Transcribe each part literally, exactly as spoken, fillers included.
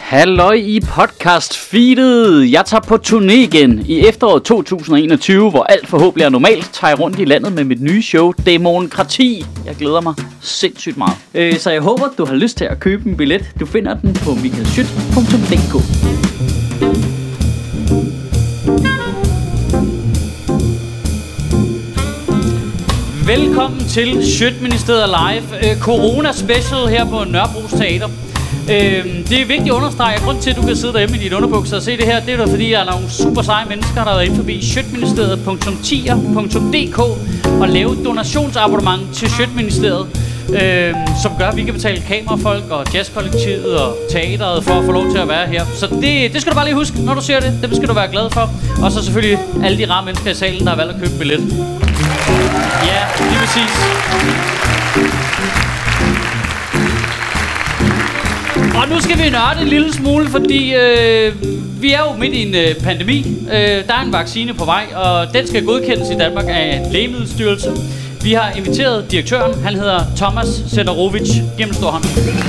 Halløj i podcast-feedet. Jeg tager på turné igen. I efteråret to tusind og enogtyve, hvor alt forhåbentlig er normalt, tager jeg rundt i landet med mit nye show, Dæmonkrati. Jeg glæder mig sindssygt meget. Øh, så jeg håber, du har lyst til at købe en billet. Du finder den på michael skyt punktum d k. Velkommen til Sjøtministeriet Live, øh, Corona Special her på Nørrebros Teater. Øh, det er vigtigt at understrege, at grund til, at du kan sidde derhjemme i dit underbukser og se det her, det er der, fordi der er nogle super seje mennesker, der har været inde forbi sjøtministeriet punktum tier punktum d k og lave et donationsabonnement til Sjøtministeriet, øh, som gør, at vi kan betale kamerafolk og jazzkollektivet og teateret for at få lov til at være her. Så det, det skal du bare lige huske, når du ser det. Det skal du være glad for. Og så selvfølgelig alle de rare mennesker i salen, der har valgt at købe billet. Ja, lige præcis. Og nu skal vi nørde en lille smule, fordi øh, vi er jo midt i en øh, pandemi. Øh, der er en vaccine på vej, og den skal godkendes i Danmark af Lægemiddelstyrelsen. Vi har inviteret direktøren. Han hedder Thomas Sederovic. Giv ham en stor hånd.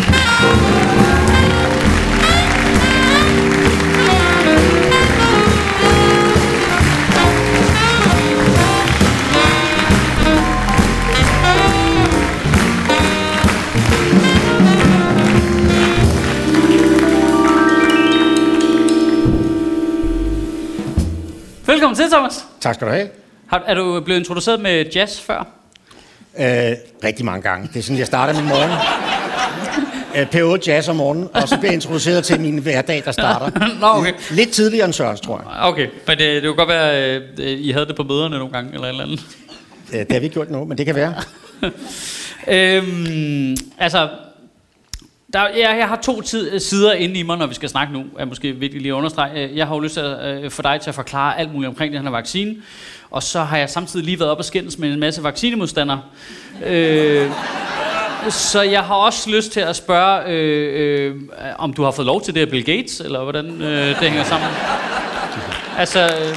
Velkommen til, Thomas. Tak skal du have. Har, er du blevet introduceret med jazz før? Øh, rigtig mange gange. Det er sådan, jeg starter min morgen. Øh, P otte jazz om morgenen, og så bliver jeg introduceret til min hverdag, der starter. Nå, okay. Lidt tidligere end Sørens, tror jeg. Okay, men det, det kunne godt være, at I havde det på møderne nogle gange, eller et eller andet. Øh, det har vi ikke gjort nu, men det kan være. øhm, altså... Der, jeg, jeg har to tid, sider inde i mig, når vi skal snakke nu, er måske vigtigt lige at understrege. Jeg har jo lyst til at øh, få dig til at forklare alt muligt omkring den her vaccine, og så har jeg samtidig lige været op og skændes med en masse vaccinemodstandere. Øh, så jeg har også lyst til at spørge, øh, øh, om du har fået lov til det af Bill Gates, eller hvordan øh, det hænger sammen. Altså... Øh,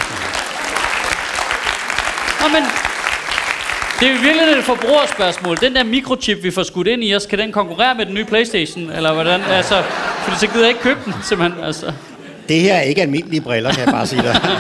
Nå, men... Det er jo virkelig et forbrugerspørgsmål. Den der mikrochip, vi får skudt ind i os, kan den konkurrere med den nye PlayStation? Eller hvordan? Altså, fordi så gider jeg ikke købe den, simpelthen. Altså. Det her er ikke almindelige briller, kan jeg bare sige dig.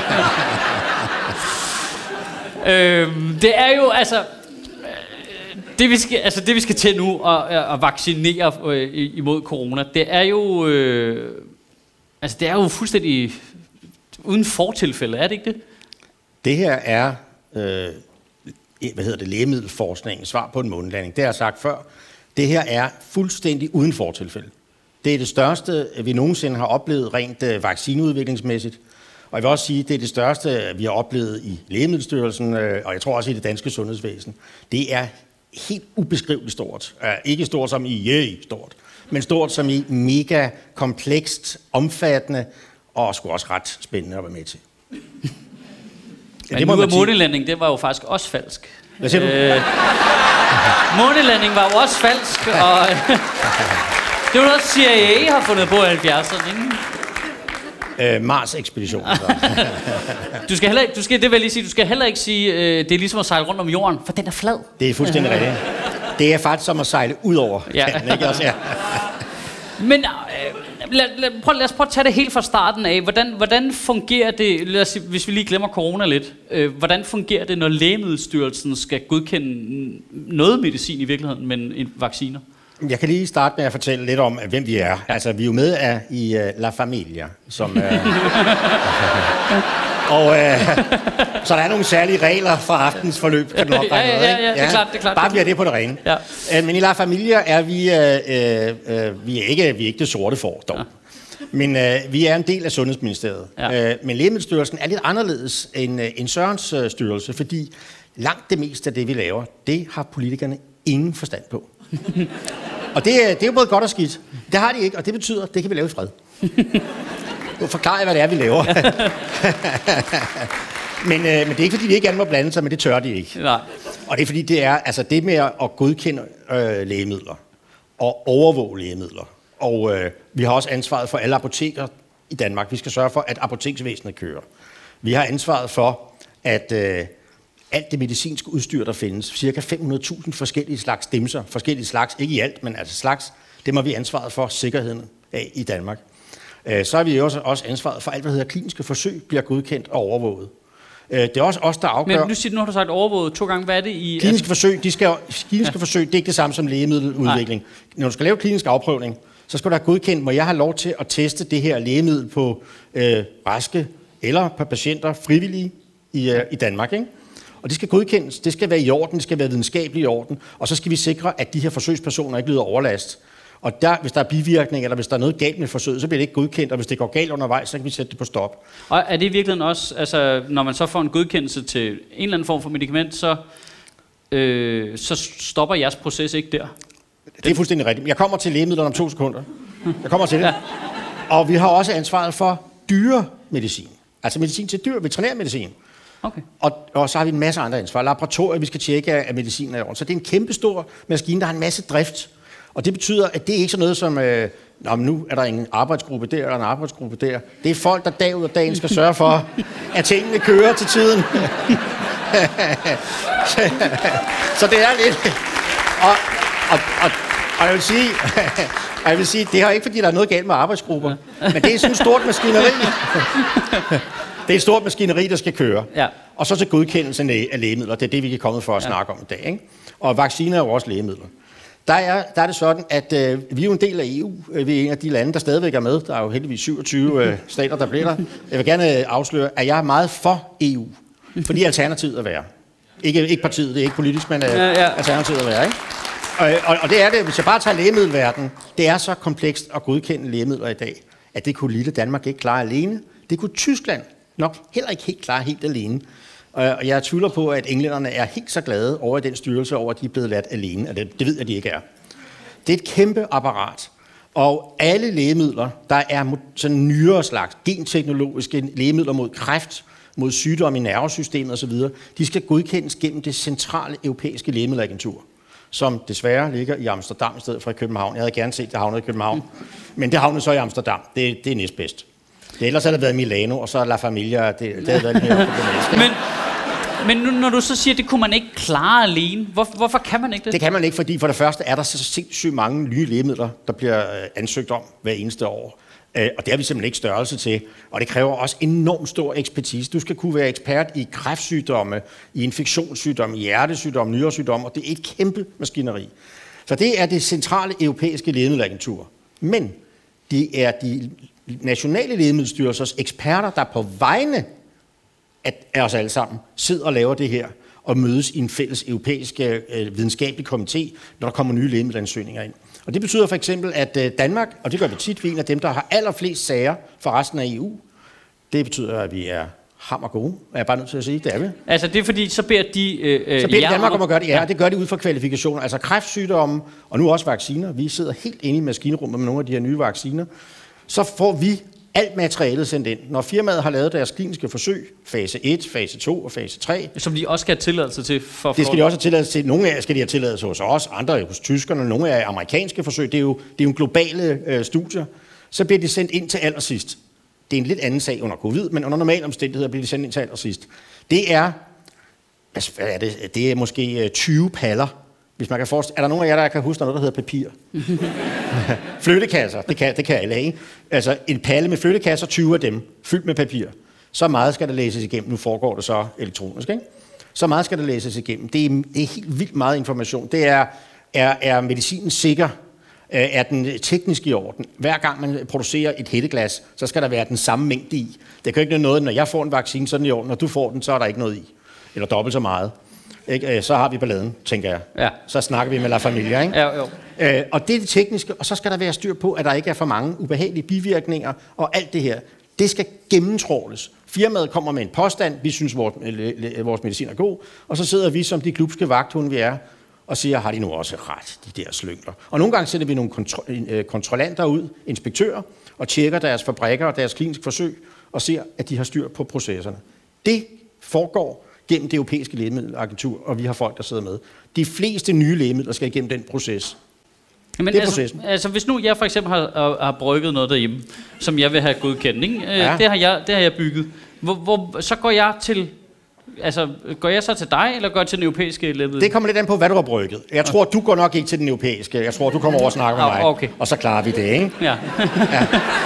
øhm, det er jo, altså... Det vi skal, altså, det, vi skal til nu og, og vaccinere øh, imod corona, det er jo... Øh, altså, det er jo fuldstændig uden fortilfælde, er det ikke det? Det her er... Øh hvad hedder det, lægemiddelforskning, svar på en månelanding. Det har jeg sagt før. Det her er fuldstændig uden fortilfælde. Det er det største, vi nogensinde har oplevet rent uh, vaccineudviklingsmæssigt. Og jeg vil også sige, det er det største, vi har oplevet i Lægemiddelstyrelsen, uh, og jeg tror også i det danske sundhedsvæsen. Det er helt ubeskriveligt stort. Uh, ikke stort som i yay, stort, men stort som i mega komplekst, omfattende, og sgu også ret spændende at være med til. Men nu er månelanding, det var jo faktisk også falsk. Hvad siger du? Øh, månelanding var jo også falsk, og det var noget, C I A har fundet på i halvfjerdserne, ikke? Øh, Mars-ekspedition. du skal heller ikke, du skal, det vil jeg lige sige, du skal heller ikke sige, øh, det er ligesom at sejle rundt om jorden, for den er flad. Det er fuldstændig rigtigt. Det er faktisk som at sejle ud over. Ja. Kan, ikke også? Ja. Men øh, lad, lad, prøv, lad os prøve at tage det helt fra starten af. Hvordan, hvordan fungerer det, lad os sige, hvis vi lige glemmer corona lidt, øh, hvordan fungerer det, når Lægemiddelstyrelsen skal godkende noget medicin i virkeligheden, men en vacciner? Jeg kan lige starte med at fortælle lidt om, hvem vi er. Altså, vi er jo med af, i uh, La Familia, som... Uh, og uh, så der er nogle særlige regler for aftens forløb, kan du nok ja, ja, ja, ja, det er klart, det er klart. Bare bliver det på det rene. Ja. Uh, men i La Familia er vi, uh, uh, vi, er ikke, vi er ikke det sorte får, dog. Ja. Men uh, vi er en del af Sundhedsministeriet. Ja. Uh, men Lægemiddelstyrelsen er lidt anderledes end, uh, end Sørens uh, styrelse, fordi langt det meste af det, vi laver, det har politikerne ingen forstand på. Og det, det er jo både godt og skidt. Det har de ikke, og det betyder, at det kan vi lave i fred. Nu forklarer jeg, hvad det er, vi laver. men, øh, men det er ikke, fordi de ikke gerne må blande sig, men det tør de ikke. Nej. Og det er, fordi det er altså det med at godkende øh, lægemidler og overvåge lægemidler. Og øh, vi har også ansvaret for alle apoteker i Danmark. Vi skal sørge for, at apoteksvæsenet kører. Vi har ansvaret for, at... Øh, alt det medicinske udstyr, der findes, cirka fem hundrede tusind forskellige slags dimser, forskellige slags, ikke i alt, men altså slags, det må vi ansvaret for sikkerheden af i Danmark. Øh, så har vi jo også, også ansvaret for alt, hvad hedder kliniske forsøg, bliver godkendt og overvåget. Øh, det er også os, der afgør... Men nu, siger, nu har du sagt overvåget to gange. Hvad er det i... Kliniske forsøg, de skal, kliniske ja. forsøg, det er ikke det samme som lægemiddeludvikling. Nej. Når du skal lave klinisk afprøvning, så skal du have godkendt, må jeg have lov til at teste det her lægemiddel på øh, raske eller på patienter frivillige i, øh, i Danmark, ikke? Og det skal godkendes, det skal være i orden, det skal være videnskabeligt i orden, og så skal vi sikre, at de her forsøgspersoner ikke lider overlast. Og der, hvis der er bivirkning, eller hvis der er noget galt med forsøget, så bliver det ikke godkendt, og hvis det går galt undervejs, så kan vi sætte det på stop. Og er det i virkeligheden også, altså når man så får en godkendelse til en eller anden form for medicament, så, øh, så stopper jeres proces ikke der? Det er fuldstændig rigtigt. Jeg kommer til lægemidlerne om to sekunder. Jeg kommer til det. Ja. Og vi har også ansvaret for dyre medicin. Altså medicin til dyr, veterinærmedicin. Okay. Og, og så har vi en masse andre ansvar. Laboratorier, vi skal tjekke, at medicinen er i orden. Så det er en kæmpe stor maskine, der har en masse drift. Og det betyder, at det er ikke sådan noget som, øh, nå, nu er der en arbejdsgruppe der, eller en arbejdsgruppe der. Det er folk, der dag ud af dagen skal sørge for, at tingene kører til tiden. Så det er lidt... Og, og, og, og jeg vil sige... Og jeg vil sige, det er ikke, fordi der er noget galt med arbejdsgrupper, men det er sådan et stort maskineri. Det er et stort maskineri, der skal køre. Ja. Og så til godkendelsen af lægemidler. Det er det, vi er kommet for at ja. snakke om i dag. Ikke? Og vacciner er jo også lægemidler. Der er, der er det sådan, at øh, vi er jo en del af E U. Vi er en af de lande, der stadigvæk er med. Der er jo heldigvis syvogtyve øh, stater, der bliver der. Jeg vil gerne afsløre, at jeg er meget for E U. Fordi alternativet er værre. Ikke, ikke partiet, det er ikke politisk, men øh, ja, ja. alternativet er værre, ikke? Og, og, og det er det, hvis jeg bare tager lægemiddelverdenen, det er så komplekst at godkende lægemidler i dag, at det kunne lille Danmark ikke klare alene. Det kunne Tyskland nok heller ikke helt klare helt alene. Og jeg tvivler på, at englænderne er helt så glade over den styrelse, over at de er blevet ladt alene. Det, det ved jeg, de ikke er. Det er et kæmpe apparat. Og alle lægemidler, der er sådan nyere slags, genteknologiske lægemidler mod kræft, mod sygdom i nervesystemet osv., de skal godkendes gennem det centrale europæiske lægemiddelagentur, som desværre ligger i Amsterdam i stedet for i København. Jeg havde gerne set, det havnede i København, men det havnede så i Amsterdam. Det, det er næstbedst. Det ellers havde det været Milano, og så La Familia. Det, det havde været lidt mere problematisk. Men, men nu, når du så siger, at det kunne man ikke klare alene, hvor, hvorfor kan man ikke det? Det kan man ikke, fordi for det første er der så sindssygt mange nye lægemidler, der bliver ansøgt om hver eneste år. Og det har vi simpelthen ikke størrelse til. Og det kræver også enormt stor ekspertise. Du skal kunne være ekspert i kræftsygdomme, i infektionssygdomme, i hjertesygdomme, nyresygdomme, og det er et kæmpe maskineri. Så det er det centrale europæiske lægemiddelagentur. Men det er de nationale lægemiddelstyrelsers eksperter, der på vegne af os alle sammen sidder og laver det her, og mødes i en fælles europæisk øh, videnskabelig komité, når der kommer nye lægemiddelansøgninger ind. Og det betyder for eksempel, at øh, Danmark, og det gør vi tit, vi er en af dem, der har allerflest sager for resten af E U. Det betyder, at vi er hammergode, er jeg bare nødt til at sige, det er vi. Altså det er fordi, så beder de øh, Så beder de Danmark om at gøre det, ja, og det gør de ud fra kvalifikationer. Altså kræftsygdomme, og nu også vacciner. Vi sidder helt inde i maskinrummet med nogle af de her nye vacciner. Så får vi alt materialet sendt ind. Når firmaet har lavet deres kliniske forsøg, fase et, fase to og fase tre. Som de også skal have tilladelse til? For det skal de også have tilladelse til. Nogle af skal de have tilladelse hos os, andre hos tyskerne, nogle er amerikanske forsøg. Det er jo, det er jo en globale øh, studier. Så bliver de sendt ind til allersidst. Det er en lidt anden sag under covid, men under normale omstændigheder bliver de sendt ind til allersidst. Det er, hvad er det? Det er måske tyve paller. Hvis man kan forestille, er der nogen af jer, der kan huske noget, der hedder papir? Flyttekasser, det kan, det kan alle, ikke? Altså en palle med flyttekasser, tyve af dem, fyldt med papir. Så meget skal der læses igennem. Nu foregår det så elektronisk, ikke? Så meget skal der læses igennem. Det er, det er helt vildt meget information. Det er, er, er medicinen sikker? Er den teknisk i orden? Hver gang man producerer et hætteglas, så skal der være den samme mængde i. Det kan ikke være noget, når jeg får en vaccine, så er den i orden. Når du får den, så er der ikke noget i. Eller dobbelt så meget. Ikke? Så har vi balladen, tænker jeg. Ja. Så snakker vi med La Familia, ikke? Ja, jo. Øh, og det er det tekniske, og så skal der være styr på, at der ikke er for mange ubehagelige bivirkninger, og alt det her. Det skal gennemtråles. Firmaet kommer med en påstand, vi synes, vores, vores medicin er god, og så sidder vi som de klubske vagthunde, vi er, og siger, har de nu også ret, de der slyngler. Og nogle gange sender vi nogle kontro- kontrollanter ud, inspektører, og tjekker deres fabrikker og deres kliniske forsøg, og ser, at de har styr på processerne. Det foregår gennem det europæiske lægemiddelagentur, og vi har folk, der sidder med. De fleste nye lægemidler skal igennem den proces. Men det er altså, processen. Altså, hvis nu jeg for eksempel har, har, har brygget noget derhjemme, som jeg vil have godkendt, ikke? Ja. Det, har jeg, det har jeg bygget. Hvor, hvor, så går jeg til altså, går jeg så til dig, eller går jeg til den europæiske lægemiddel? Det kommer lidt an på, hvad du har brygget. Jeg tror, du går nok ikke til den europæiske. Jeg tror, du kommer over og snakker med mig. Okay. Og så klarer vi det, ikke? Ja. ja.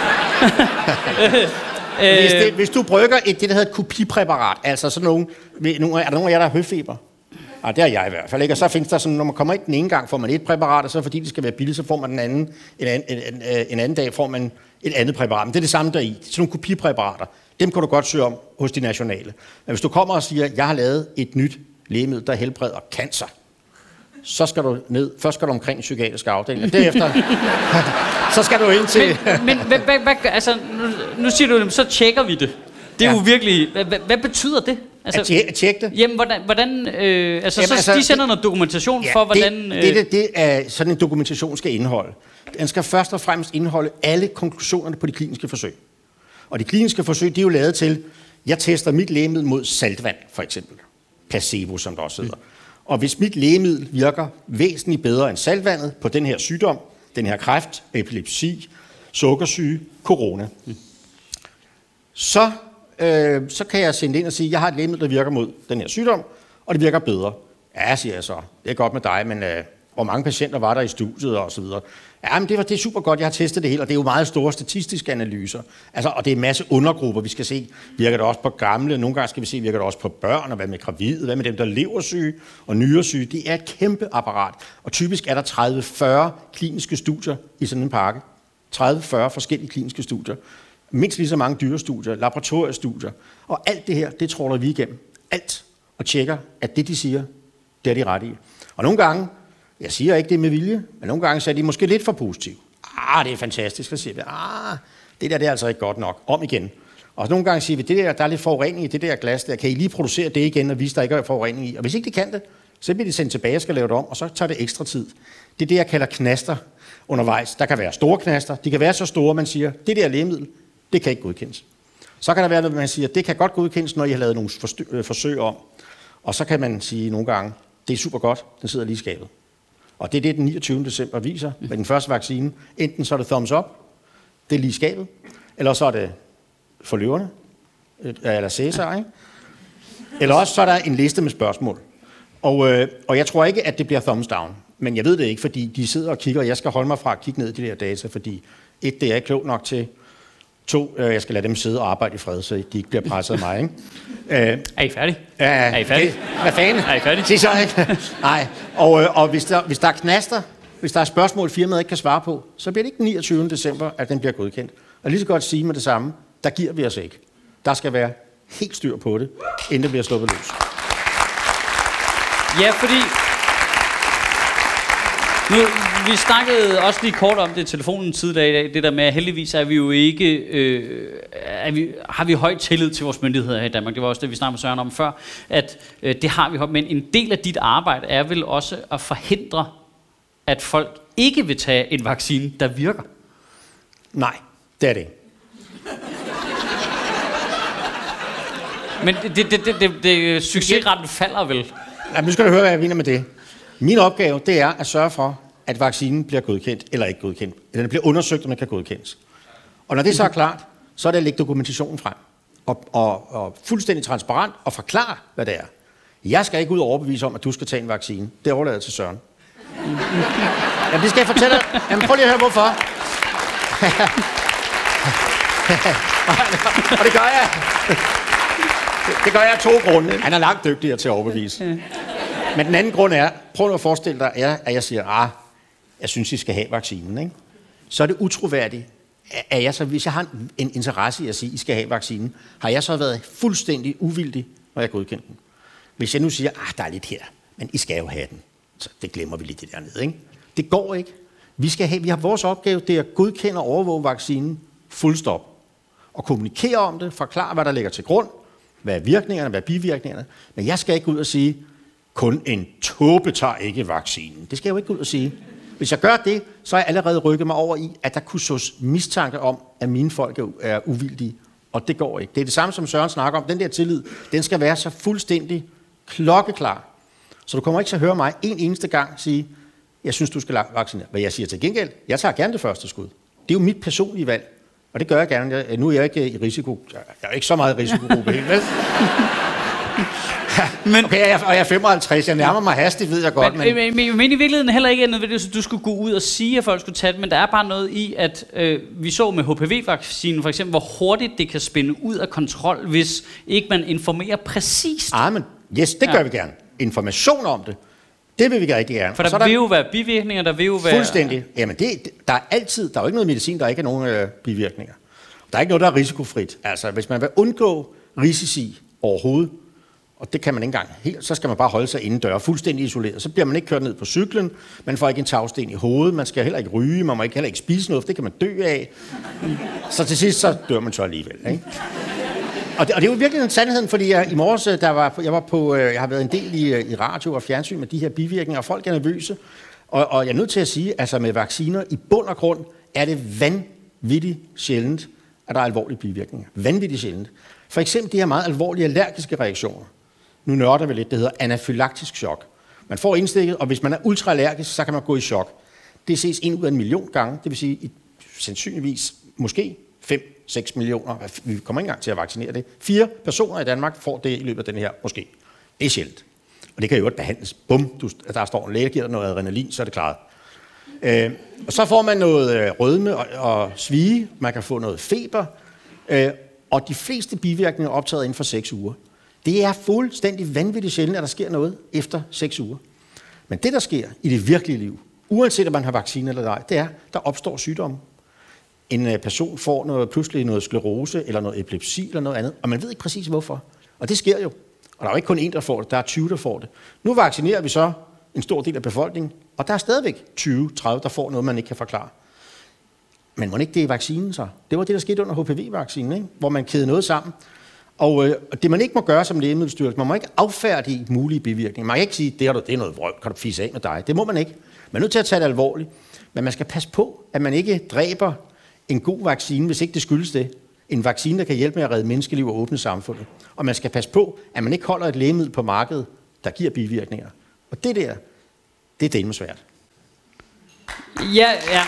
hvis, det, hvis du brygger et, det, der hedder et kopipræparat, altså sådan nogle, nogle, er der nogen af jer, der har høfeber? Ah, det er jeg i hvert fald, ikke? Og så findes der sådan, når man kommer ind den ene gang, får man et præparat, og så fordi det skal være billigt, så får man den anden, en, anden, en, en anden dag får man et andet præparat. Men det er det samme der i. Sådan nogle kopipræparater, dem kan du godt søge om hos de nationale. Men hvis du kommer og siger, jeg har lavet et nyt lægemiddel, der helbreder cancer, så skal du ned. Først skal du omkring en psykiatrisk afdeling, og derefter så skal du ind til... Men, men hvad, hvad, hvad, altså, nu, nu siger du, så tjekker vi det. Det er ja. jo virkelig... Hvad, hvad betyder det? Altså, at tje- tjekke det? Jamen, hvordan... hvordan øh, altså, jamen, så altså, de sender det, noget dokumentation ja, for, hvordan... Det, det, det, det er sådan en dokumentation skal indeholde. Den skal først og fremmest indeholde alle konklusionerne på de kliniske forsøg. Og de kliniske forsøg, de er jo lavet til... Jeg tester mit lægemiddel mod saltvand, for eksempel. Placebo, som der også hedder. Mm. Og hvis mit lægemiddel virker væsentligt bedre end saltvandet på den her sygdom, den her kræft, epilepsi, sukkersyge, corona, mm. så, øh, så kan jeg sende ind og sige, at jeg har et lægemiddel, der virker mod den her sygdom, og det virker bedre. Ja, siger jeg så. Det er godt med dig, men øh, hvor mange patienter var der i studiet og så videre. Ja, men det, var, det er super godt, jeg har testet det hele, og det er jo meget store statistiske analyser. Altså, og det er en masse undergrupper, vi skal se. Virker det også på gamle? Nogle gange skal vi se, virker det også på børn, og hvad med gravide? Hvad med dem, der leversyge og nyresyge? Det er et kæmpe apparat, og typisk er der tredive til fyrre kliniske studier i sådan en pakke. tredive til fyrre forskellige kliniske studier. Mindst lige så mange dyrestudier, laboratoriestudier. Og alt det her, det tråler vi igennem. Alt. Og tjekker, at det, de siger, det er de ret i. Og nogle gange, jeg siger ikke det med vilje, men nogle gange så er de måske lidt for positive. Ah, det er fantastisk, så siger vi, ah, det der det er altså ikke godt nok. Om igen. Og nogle gange siger vi, det der, der er lidt forurening i det der glas der. Kan I lige producere det igen og vise, der ikke er forurening i? Og hvis ikke de kan det, så bliver de sendt tilbage og skal lave det om, og så tager det ekstra tid. Det er det, jeg kalder knaster undervejs. Der kan være store knaster. De kan være så store, man siger, det der lægemiddel, det kan ikke godkendes. Så kan der være noget, man siger, det kan godt godkendes, når I har lavet nogle forsøg om. Og så kan man sige nogle gange, det er super godt, den sidder lige i skabet. Og det er det, den niogtyvende december viser med den første vaccine. Enten så er det thumbs up, det er lige skabet, eller så er det for løverne, eller Cæsar, ikke? Eller også så er der en liste med spørgsmål. Og, øh, og jeg tror ikke, at det bliver thumbs down, men jeg ved det ikke, fordi de sidder og kigger, og jeg skal holde mig fra at kigge ned i de der data, fordi et, det er jeg ikke klog nok til. To, øh, jeg skal lade dem sidde og arbejde i fred, så de ikke bliver presset af mig, ikke? Øh, er I færdige? Ja, er I færdige? Det, hvad fanden? Er I færdige? Sig så ikke. Nej, og, øh, og hvis, der, hvis der er knaster, hvis der er spørgsmål, firmaet ikke kan svare på, så bliver det ikke den niogtyvende december, at den bliver godkendt. Og lige så godt sige med det samme, der giver vi os ikke. Der skal være helt styr på det, inden det bliver sluppet løs. Ja, fordi... Nu, vi snakkede også lige kort om det i telefonen tidligere i dag, det der med, at heldigvis er vi jo ikke, øh, er vi, har vi høj tillid til vores myndigheder her i Danmark. Det var også det, vi snakkede med Søren om før, at øh, det har vi højt. Men en del af dit arbejde er vel også at forhindre, at folk ikke vil tage en vaccine, der virker. Nej, det er det ikke. Men det, det, det, det, det succesretten falder vel? Ja, nu skal du høre, hvad jeg mener med det. Min opgave, det er at sørge for, at vaccinen bliver godkendt eller ikke godkendt. Eller den bliver undersøgt, om den kan godkendes. Og når det så er klart, så er det at lægge dokumentationen frem. Og, og, og fuldstændig transparent og forklare, hvad det er. Jeg skal ikke ud og overbevise om, at du skal tage en vaccine. Det overlader jeg til Søren. Jamen, det skal jeg fortælle dig. Jamen, prøv lige at høre, hvorfor. Og det gør jeg. Det gør jeg af to grunde. Han er langt dygtigere til at overbevise. Men den anden grund er, prøv nu at forestille dig, at jeg siger, ah, jeg synes, I skal have vaccinen, ikke? Så er det utroværdigt, at jeg så, hvis jeg har en interesse i at sige, at I skal have vaccinen, har jeg så været fuldstændig uvildig, når jeg godkendte den. Hvis jeg nu siger, ah, der er lidt her, men I skal jo have den, så det glemmer vi lidt det dernede, ikke? Det går ikke. Vi skal have, vi har vores opgave, det er at godkende og overvåge vaccinen full stop. Og kommunikere om det, forklare, hvad der ligger til grund, hvad er virkningerne, hvad er bivirkningerne. Men jeg skal ikke ud og sige, kun en tåbe tager ikke vaccinen. Det skal jeg jo ikke gå ud og sige. Hvis jeg gør det, så er jeg allerede rykket mig over i, at der kunne sås mistanke om, at mine folk er uvildige. Og det går ikke. Det er det samme, som Søren snakker om. Den der tillid, den skal være så fuldstændig klokkeklar. Så du kommer ikke til at høre mig en eneste gang sige, jeg synes, du skal vaccinere. Hvad jeg siger til gengæld, jeg tager gerne det første skud. Det er jo mit personlige valg. Og det gør jeg gerne. Jeg, nu er jeg ikke i risiko. Jeg er ikke så meget i risikogruppe helt, vel? men, okay, jeg, og jeg er femoghalvtreds, jeg nærmer mig hastigt, ved jeg godt. Men, men, men, men i virkeligheden heller ikke er nødvendigt, at du skulle gå ud og sige, at folk skulle tage det, men der er bare noget i, at øh, vi så med H P V-vaccinen for eksempel, hvor hurtigt det kan spænde ud af kontrol, hvis ikke man informerer præcist. Ah, men yes, det gør ja. vi gerne. Information om det, det vil vi rigtig gerne. For der, så vil der jo være bivirkninger, der vil jo være... Fuldstændig. Jamen, det, der er altid, der er jo ikke noget medicin, der ikke er nogen øh, bivirkninger. Der er ikke noget, der er risikofrit. Altså, hvis man vil undgå risici overhovedet, og det kan man ikke engang helt, så skal man bare holde sig indendør, fuldstændig isoleret. Så bliver man ikke kørt ned på cyklen, man får ikke en tagsten i hovedet, man skal heller ikke ryge, man må ikke, heller ikke spise noget, for det kan man dø af. Så til sidst, så dør man så alligevel, ikke? Og det, og det er jo virkelig en sandhed, fordi jeg, i morges, der var, jeg var på, jeg har været en del i, i radio og fjernsyn med de her bivirkninger, og folk er nervøse. Og, og jeg er nødt til at sige, altså med vacciner, i bund og grund, er det vanvittigt sjældent, at der er alvorlige bivirkninger. Vanvittigt sjældent. For eksempel de her meget alvorlige allergiske reaktioner. Nu nørder vi lidt, det hedder anafylaktisk chok. Man får indstikket, og hvis man er ultraallergisk, så kan man gå i chok. Det ses en ud af en million gange, det vil sige i, sandsynligvis måske fem seks millioner. Vi kommer ikke engang til at vaccinere det. Fire personer i Danmark får det i løbet af den her måske. Det er sjældent. Og det kan jo ikke behandles. Bum, du, der står en læge, giver dig noget adrenalin, så er det klaret. Øh, og så får man noget øh, rødme og, og svie. Man kan få noget feber. Øh, og de fleste bivirkninger er optaget inden for seks uger. Det er fuldstændig vanvittigt sjældent, at der sker noget efter seks uger. Men det, der sker i det virkelige liv, uanset om man har vaccine eller ej, det er, der opstår sygdomme. En person får noget, pludselig noget sklerose, eller noget epilepsi, eller noget andet, og man ved ikke præcis hvorfor. Og det sker jo. Og der er jo ikke kun én, der får det, der er tyve, der får det. Nu vaccinerer vi så en stor del af befolkningen, og der er stadigvæk tyve tredive, der får noget, man ikke kan forklare. Men må ikke det i vaccinen så? Det var det, der skete under H P V-vaccinen, ikke? Hvor man kædede noget sammen. Og øh, det man ikke må gøre som lægemiddelstyrelse, man må ikke affærdige mulige bivirkninger. Man kan ikke sige, det er, det er noget vrøvl, kan du fisse af med dig. Det må man ikke. Man er nødt til at tage det alvorligt. Men man skal passe på, at man ikke dræber en god vaccine, hvis ikke det skyldes det. En vaccine, der kan hjælpe med at redde menneskeliv og åbne samfundet. Og man skal passe på, at man ikke holder et lægemiddel på markedet, der giver bivirkninger. Og det der, det er dælme svært. Ja, ja.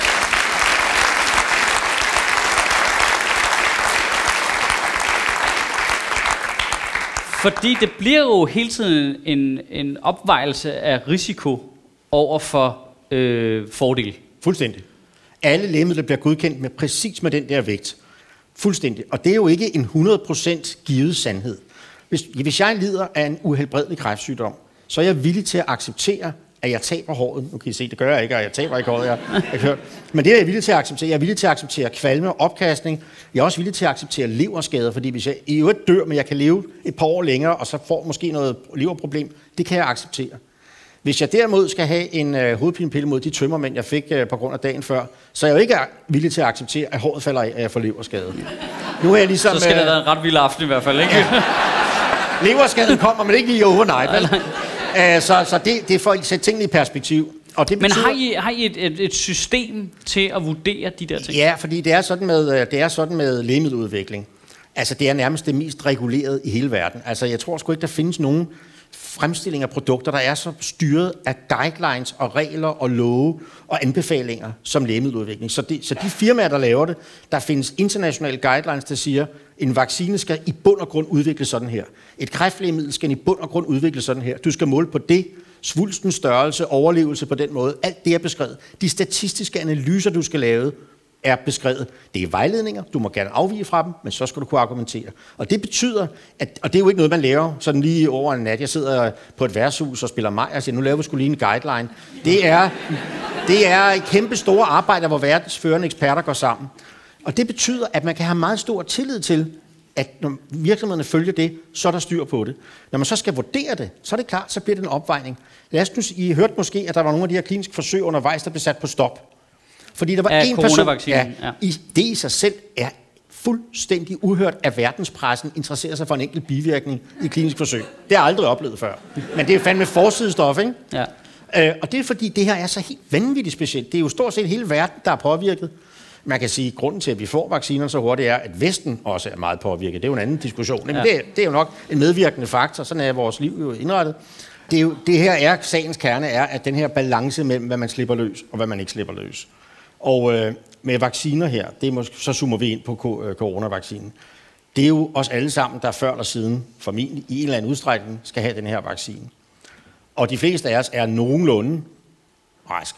Fordi det bliver jo hele tiden en, en opvejelse af risiko over for øh, fordel. Fuldstændig. Alle lægemidler bliver godkendt med præcis med den der vægt. Fuldstændig. Og det er jo ikke en hundrede procent givet sandhed. Hvis, hvis jeg lider af en uhelbredelig kræftsygdom, så er jeg villig til at acceptere, at jeg taber håret. Nu kan I se, det gør jeg ikke, og jeg taber ikke håret. Jeg, jeg hørt. Men det er jeg villig til at acceptere. Jeg er villig til at acceptere kvalme og opkastning. Jeg er også villig til at acceptere leverskader, fordi hvis jeg i øvrigt dør, men jeg kan leve et par år længere, og så får måske noget leverproblem, det kan jeg acceptere. Hvis jeg derimod skal have en øh, hovedpinepille mod de tømmermænd, jeg fik øh, på grund af dagen før, så er jeg jo ikke villig til at acceptere, at håret falder af, at jeg får leverskade. Nu er jeg ligesom, så skal det øh, være en ret vild aften i hvert fald, ikke? Ja. Leverskaden kommer, men ikke lige overnight, vel? Æh, så så det, det er for at sætte tingene i perspektiv. Og det betyder, men har I, har I et, et, et system til at vurdere de der ting? Ja, fordi det er sådan med, det er sådan med lægemiddeludvikling. Altså, det er nærmest det mest reguleret i hele verden. Altså, jeg tror sgu ikke, der findes nogen fremstilling af produkter, der er så styret af guidelines og regler og love og anbefalinger som lægemiddeludvikling. Så, det, så de firmaer, der laver det, der findes internationale guidelines, der siger, en vaccine skal i bund og grund udvikles sådan her. Et kræftlægemiddel skal i bund og grund udvikles sådan her. Du skal måle på det, svulstens størrelse, overlevelse på den måde. Alt det er beskrevet. De statistiske analyser, du skal lave, er beskrevet. Det er vejledninger, du må gerne afvige fra dem, men så skal du kunne argumentere. Og det betyder, at, og det er jo ikke noget, man laver sådan lige over en nat. Jeg sidder på et værtshus og spiller mig og siger, nu laver vi sgu lige en guideline. Det er, det er et kæmpe store arbejde, hvor verdens førende eksperter går sammen. Og det betyder, at man kan have meget stor tillid til, at når virksomhederne følger det, så er der styr på det. Når man så skal vurdere det, så er det klart, så bliver det en opvejning. Lad os nu, I hørte måske, at der var nogle af de her kliniske forsøg undervejs, der blev sat på stop. Fordi der var en person, ja, ja. I, det i sig selv er fuldstændig uhørt, at verdenspressen interesserer sig for en enkelt bivirkning i klinisk forsøg. Det har jeg aldrig oplevet før. Men det er fandme forsidestof, ikke? Ja. Øh, og det er fordi, det her er så helt vanvittigt specielt. Det er jo stort set hele verden, der er påvirket. Man kan sige, at grunden til, at vi får vacciner så hurtigt, er, at Vesten også er meget påvirket. Det er jo en anden diskussion. Men ja. det, det er jo nok en medvirkende faktor. Sådan er vores liv jo indrettet. Det, er jo, det her er, sagens kerne er, at den her balance mellem, hvad man slipper løs, og hvad man ikke slipper løs. Og øh, med vacciner her, det er måske, så zoomer vi ind på coronavaccinen. det er jo os alle sammen, der før eller siden, formentlig i en eller anden udstrækning, skal have den her vaccine. Og de fleste af os er nogenlunde raske.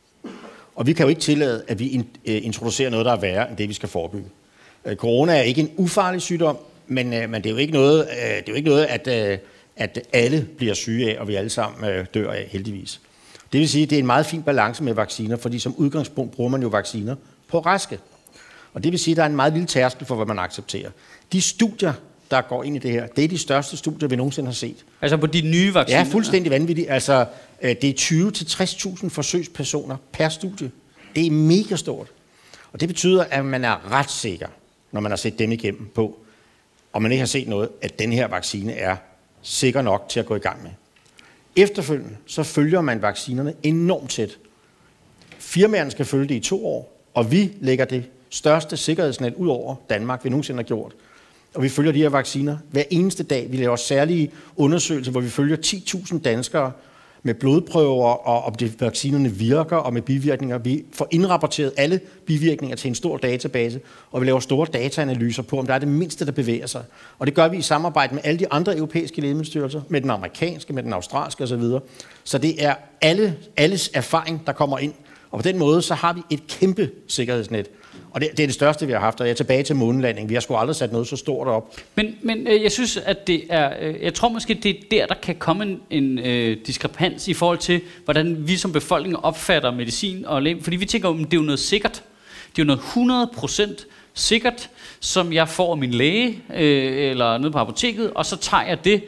Og vi kan jo ikke tillade, at vi introducerer noget, der er værre end det, vi skal forebygge. Corona er ikke en ufarlig sygdom, men, men det er jo ikke noget, det er jo ikke noget at, at alle bliver syge af, og vi alle sammen dør af, heldigvis. Det vil sige, at det er en meget fin balance med vacciner, fordi som udgangspunkt bruger man jo vacciner på raske. Og det vil sige, at der er en meget lille tærskel for, hvad man accepterer. De studier, der går ind i det her, det er de største studier, vi nogensinde har set. Altså på de nye vacciner? Ja, fuldstændig vanvittigt. Altså, det er tyve til tres tusind forsøgspersoner per studie. Det er mega stort. Og det betyder, at man er ret sikker, når man har set dem igennem på, og man ikke har set noget, at den her vaccine er sikker nok til at gå i gang med. Efterfølgende, så følger man vaccinerne enormt tæt. Firmaerne skal følge det i to år, og vi lægger det største sikkerhedsnet ud over Danmark, vi nogensinde har gjort. Og vi følger de her vacciner hver eneste dag. Vi laver særlige undersøgelser, hvor vi følger ti tusind danskere med blodprøver, og om det, vaccinerne virker, og med bivirkninger. Vi får indrapporteret alle bivirkninger til en stor database, og vi laver store dataanalyser på, om der er det mindste, der bevæger sig. Og det gør vi i samarbejde med alle de andre europæiske lægemiddelstyrelser, med den amerikanske, med den australske osv. Så det er alle, alles erfaring, der kommer ind. Og på den måde, så har vi et kæmpe sikkerhedsnet. Og det, det er det største, vi har haft, og jeg er tilbage til månelanding. Vi har sgu aldrig sat noget så stort op. Men, men øh, jeg synes, at det er... Øh, jeg tror måske, det er der, der kan komme en, en øh, diskrepans i forhold til, hvordan vi som befolkning opfatter medicin og læge. Fordi vi tænker, at det er jo noget sikkert. Det er jo noget hundrede procent sikkert, som jeg får af min læge, øh, eller nede på apoteket, og så tager jeg det.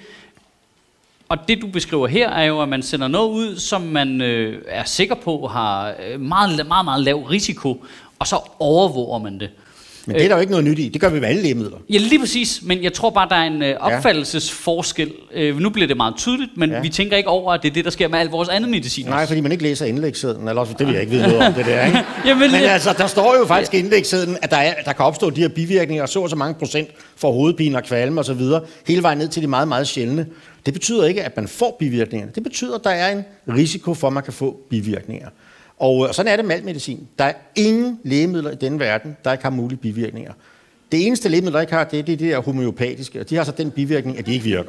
Og det, du beskriver her, er jo, at man sender noget ud, som man øh, er sikker på har meget, meget, meget lav risiko, og så overvåger man det. Men det er der jo ikke noget nyt i. Det gør vi med alle lægemidler. Ja, lige præcis. Men jeg tror bare, der er en øh, opfattelsesforskel. Øh, nu bliver det meget tydeligt, men ja. vi tænker ikke over, at det er det, der sker med al vores andet medicin. Nej, fordi man ikke læser indlægssedlen. Eller det vil jeg ikke vide noget om, det der, ikke? Jamen, men altså, der står jo faktisk i indlægssedlen, at der, er, der kan opstå de her bivirkninger, så og så mange procent for hovedpine og kvalme osv., hele vejen ned til de meget, meget sjældne. Det betyder ikke, at man får bivirkninger. Det betyder, at der er en risiko for, at man kan få bivirkninger. Og sådan er det med alt medicin. Der er ingen lægemidler i denne verden, der ikke har mulige bivirkninger. Det eneste lægemiddel, der ikke har, det er det der homøopatiske, og de har så den bivirkning, at de ikke virker.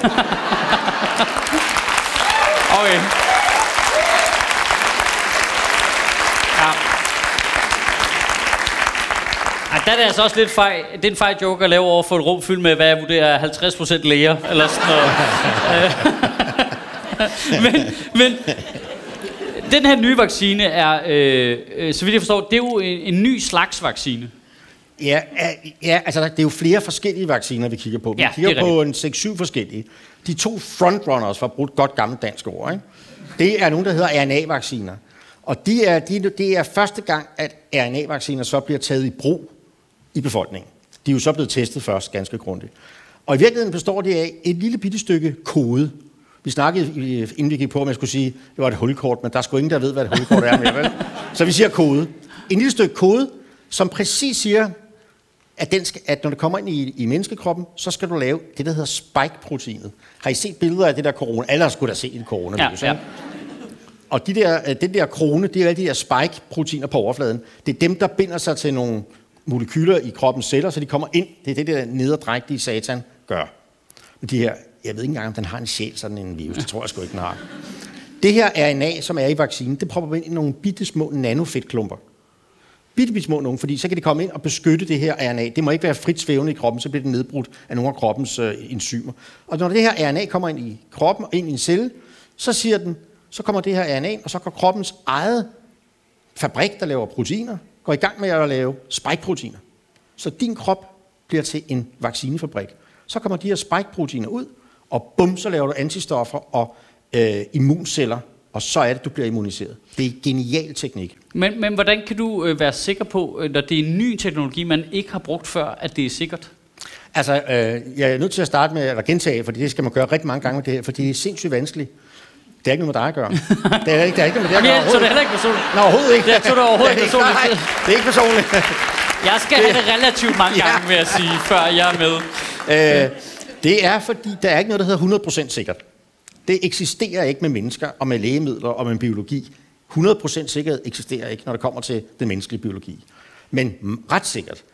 Okay. Ja. Ej, der er det altså også lidt fej. Det er en fej joke at lave over for et rum fyldt med, hvad jeg vurderer halvtreds procent læger, eller sådan noget. men, men den her nye vaccine er, øh, øh, så vidt jeg forstår, det er jo en, en ny slags vaccine. Ja, ja, altså det er jo flere forskellige vacciner, vi kigger på. Vi ja, kigger på en seks syv forskellige. De to frontrunners, for at bruge et godt gammelt dansk ord, ikke? Det er nogle, der hedder R N A-vacciner. Og de er, de, det er første gang, at R N A-vacciner så bliver taget i brug i befolkningen. De er jo så blevet testet først ganske grundigt. Og i virkeligheden består det af et lille bitte stykke kode. Vi snakkede, inden vi gik på, om jeg skulle sige, det var et hulkort, men der er sgu ingen, der ved, hvad et hulkort er mere, vel? Så vi siger kode. En lille stykke kode, som præcis siger, at, den skal, at når det kommer ind i, i menneskekroppen, så skal du lave det, der hedder spike-proteinet. Har I set billeder af det der corona? Alle har sgu da set en coronavirus, ja, ja. Og de der, den der krone, det er alle de der spike-proteiner på overfladen. Det er dem, der binder sig til nogle molekyler i kroppens celler, så de kommer ind. Det er det, der nederdrægtige satan gør. Men de her, jeg ved ikke engang, om den har en sjæl, sådan en virus. Det tror jeg sgu ikke, den har. Det her R N A, som er i vaccinen, det propper ind i nogle bitte små nanofedtklumper. Bitte, bitte små nogen, fordi så kan de komme ind og beskytte det her R N A. Det må ikke være frit svævende i kroppen, så bliver det nedbrudt af nogle af kroppens øh, enzymer. Og når det her R N A kommer ind i kroppen og ind i en celle, så siger den, så kommer det her R N A, og så går kroppens eget fabrik, der laver proteiner, går i gang med at lave spike-proteiner. Så din krop bliver til en vaccinefabrik. Så kommer de her spike-proteiner ud, og bum, så laver du antistoffer og øh, immunceller, og så er det, du bliver immuniseret. Det er en genial teknik. Men, men hvordan kan du øh, være sikker på, når det er en ny teknologi, man ikke har brugt før, at det er sikkert? Altså, øh, jeg er nødt til at starte med, eller gentage, for det skal man gøre rigtig mange gange med det her, for det er sindssygt vanskeligt. Det er ikke noget med dig at gøre. Det er ikke, det er ikke noget med det at gøre. Så det er heller ikke personligt? Nå, overhovedet ikke. Jeg tror det overhovedet ikke personligt. Nej, det er ikke personligt. Jeg skal have det relativt mange gange, ja. vil jeg sige, før jeg er med. Øh, det er, fordi der er ikke noget, der hedder hundrede procent sikkert. Det eksisterer ikke med mennesker og med lægemidler og med biologi. hundrede procent sikkerhed eksisterer ikke, når det kommer til den menneskelige biologi. Men ret sikkert.